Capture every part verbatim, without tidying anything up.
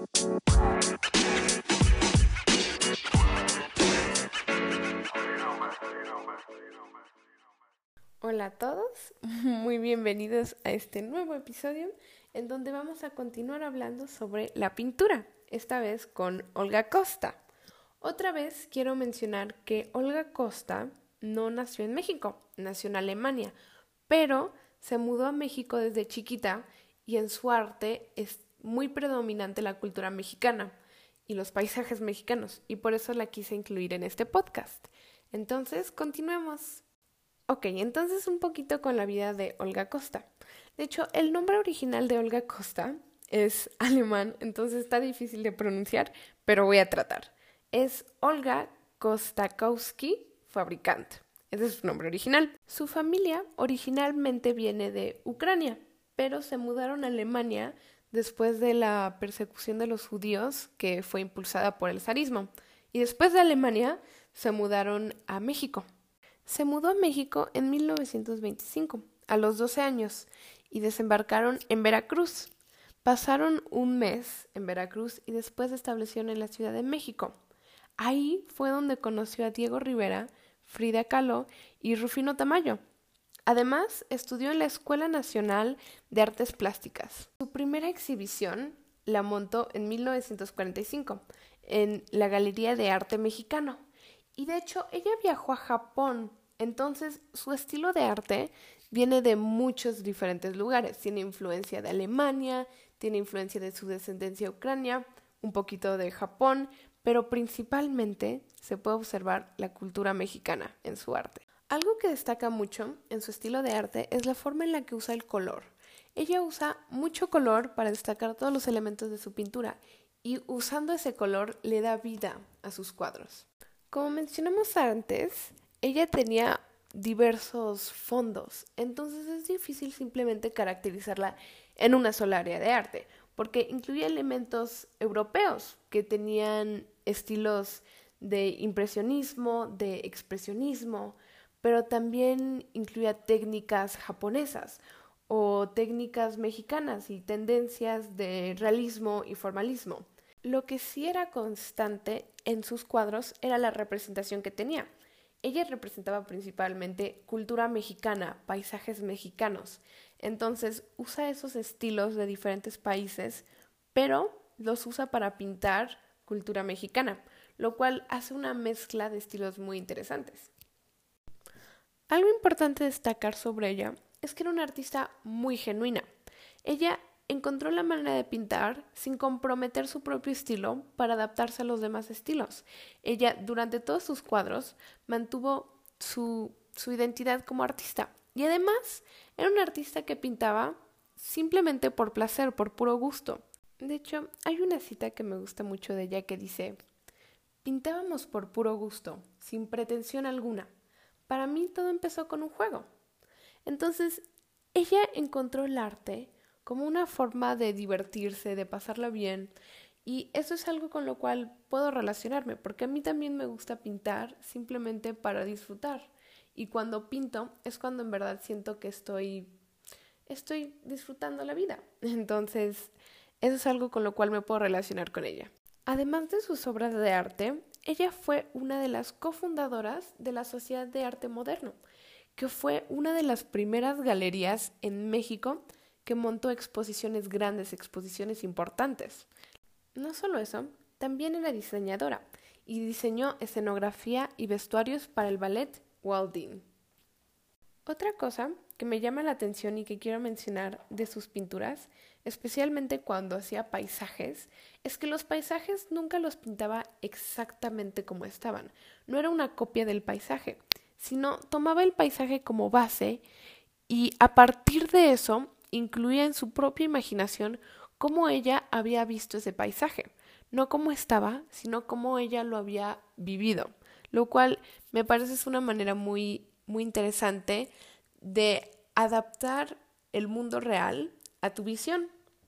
Hola a todos, muy bienvenidos a este nuevo episodio en donde vamos a continuar hablando sobre la pintura, esta vez con Olga Costa. Otra vez quiero mencionar que Olga Costa no nació en México, nació en Alemania, pero se mudó a México desde chiquita y en su arte es muy predominante la cultura mexicana y los paisajes mexicanos, y por eso la quise incluir en este podcast. Entonces, continuemos. Ok, entonces un poquito con la vida de Olga Costa. De hecho, el nombre original de Olga Costa es alemán, entonces está difícil de pronunciar, pero voy a tratar. Es Olga Kostakowski Fabricant. Ese es su nombre original. Su familia originalmente viene de Ucrania, pero se mudaron a Alemania después de la persecución de los judíos que fue impulsada por el zarismo. Y después de Alemania se mudaron a México. Se mudó a México en mil novecientos veinticinco, a los doce años, y desembarcaron en Veracruz. Pasaron un mes en Veracruz y después se establecieron en la Ciudad de México. Ahí fue donde conoció a Diego Rivera, Frida Kahlo y Rufino Tamayo. Además, estudió en la Escuela Nacional de Artes Plásticas. Su primera exhibición la montó en mil novecientos cuarenta y cinco, en la Galería de Arte Mexicano. Y de hecho, ella viajó a Japón, entonces su estilo de arte viene de muchos diferentes lugares. Tiene influencia de Alemania, tiene influencia de su descendencia ucrania, un poquito de Japón, pero principalmente se puede observar la cultura mexicana en su arte. Algo que destaca mucho en su estilo de arte es la forma en la que usa el color. Ella usa mucho color para destacar todos los elementos de su pintura y usando ese color le da vida a sus cuadros. Como mencionamos antes, ella tenía diversos fondos, entonces es difícil simplemente caracterizarla en una sola área de arte, porque incluía elementos europeos que tenían estilos de impresionismo, de expresionismo, pero también incluía técnicas japonesas o técnicas mexicanas y tendencias de realismo y formalismo. Lo que sí era constante en sus cuadros era la representación que tenía. Ella representaba principalmente cultura mexicana, paisajes mexicanos. Entonces usa esos estilos de diferentes países, pero los usa para pintar cultura mexicana, lo cual hace una mezcla de estilos muy interesantes. Algo importante destacar sobre ella es que era una artista muy genuina. Ella encontró la manera de pintar sin comprometer su propio estilo para adaptarse a los demás estilos. Ella, durante todos sus cuadros, mantuvo su, su identidad como artista. Y además, era una artista que pintaba simplemente por placer, por puro gusto. De hecho, hay una cita que me gusta mucho de ella que dice: pintábamos por puro gusto, sin pretensión alguna. Para mí todo empezó con un juego. Entonces, ella encontró el arte como una forma de divertirse, de pasarla bien, y eso es algo con lo cual puedo relacionarme, porque a mí también me gusta pintar simplemente para disfrutar, y cuando pinto es cuando en verdad siento que estoy, estoy disfrutando la vida. Entonces, eso es algo con lo cual me puedo relacionar con ella. Además de sus obras de arte, ella fue una de las cofundadoras de la Sociedad de Arte Moderno, que fue una de las primeras galerías en México que montó exposiciones grandes, exposiciones importantes. No solo eso, también era diseñadora y diseñó escenografía y vestuarios para el ballet Waldin. Otra cosa que me llama la atención y que quiero mencionar de sus pinturas, especialmente cuando hacía paisajes, es que los paisajes nunca los pintaba exactamente como estaban. No era una copia del paisaje, sino tomaba el paisaje como base y a partir de eso incluía en su propia imaginación cómo ella había visto ese paisaje, no cómo estaba, sino cómo ella lo había vivido, lo cual me parece es una manera muy, muy interesante de adaptar el mundo real a tu visión.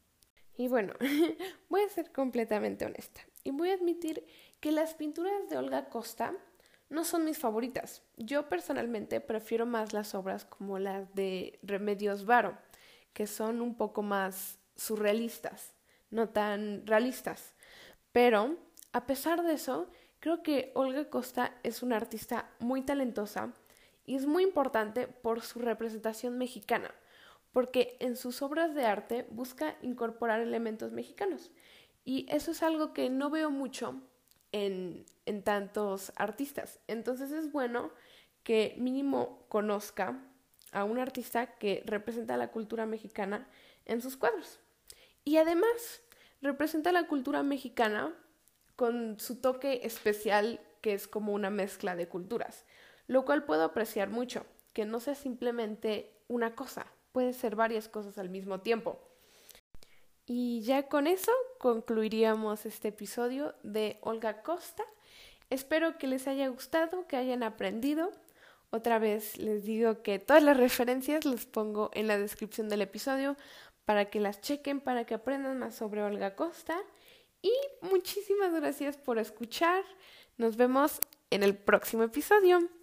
Y bueno, voy a ser completamente honesta y voy a admitir que las pinturas de Olga Costa no son mis favoritas. Yo personalmente prefiero más las obras como las de Remedios Varo, que son un poco más surrealistas, no tan realistas. Pero, a pesar de eso, creo que Olga Costa es una artista muy talentosa y es muy importante por su representación mexicana, porque en sus obras de arte busca incorporar elementos mexicanos. Y eso es algo que no veo mucho en, en tantos artistas. Entonces es bueno que mínimo conozca a un artista que representa la cultura mexicana en sus cuadros. Y además representa la cultura mexicana con su toque especial, que es como una mezcla de culturas, lo cual puedo apreciar mucho, que no sea simplemente una cosa, puede ser varias cosas al mismo tiempo. Y ya con eso concluiríamos este episodio de Olga Costa. Espero que les haya gustado, que hayan aprendido. Otra vez les digo que todas las referencias las pongo en la descripción del episodio para que las chequen, para que aprendan más sobre Olga Costa. Y muchísimas gracias por escuchar. Nos vemos en el próximo episodio.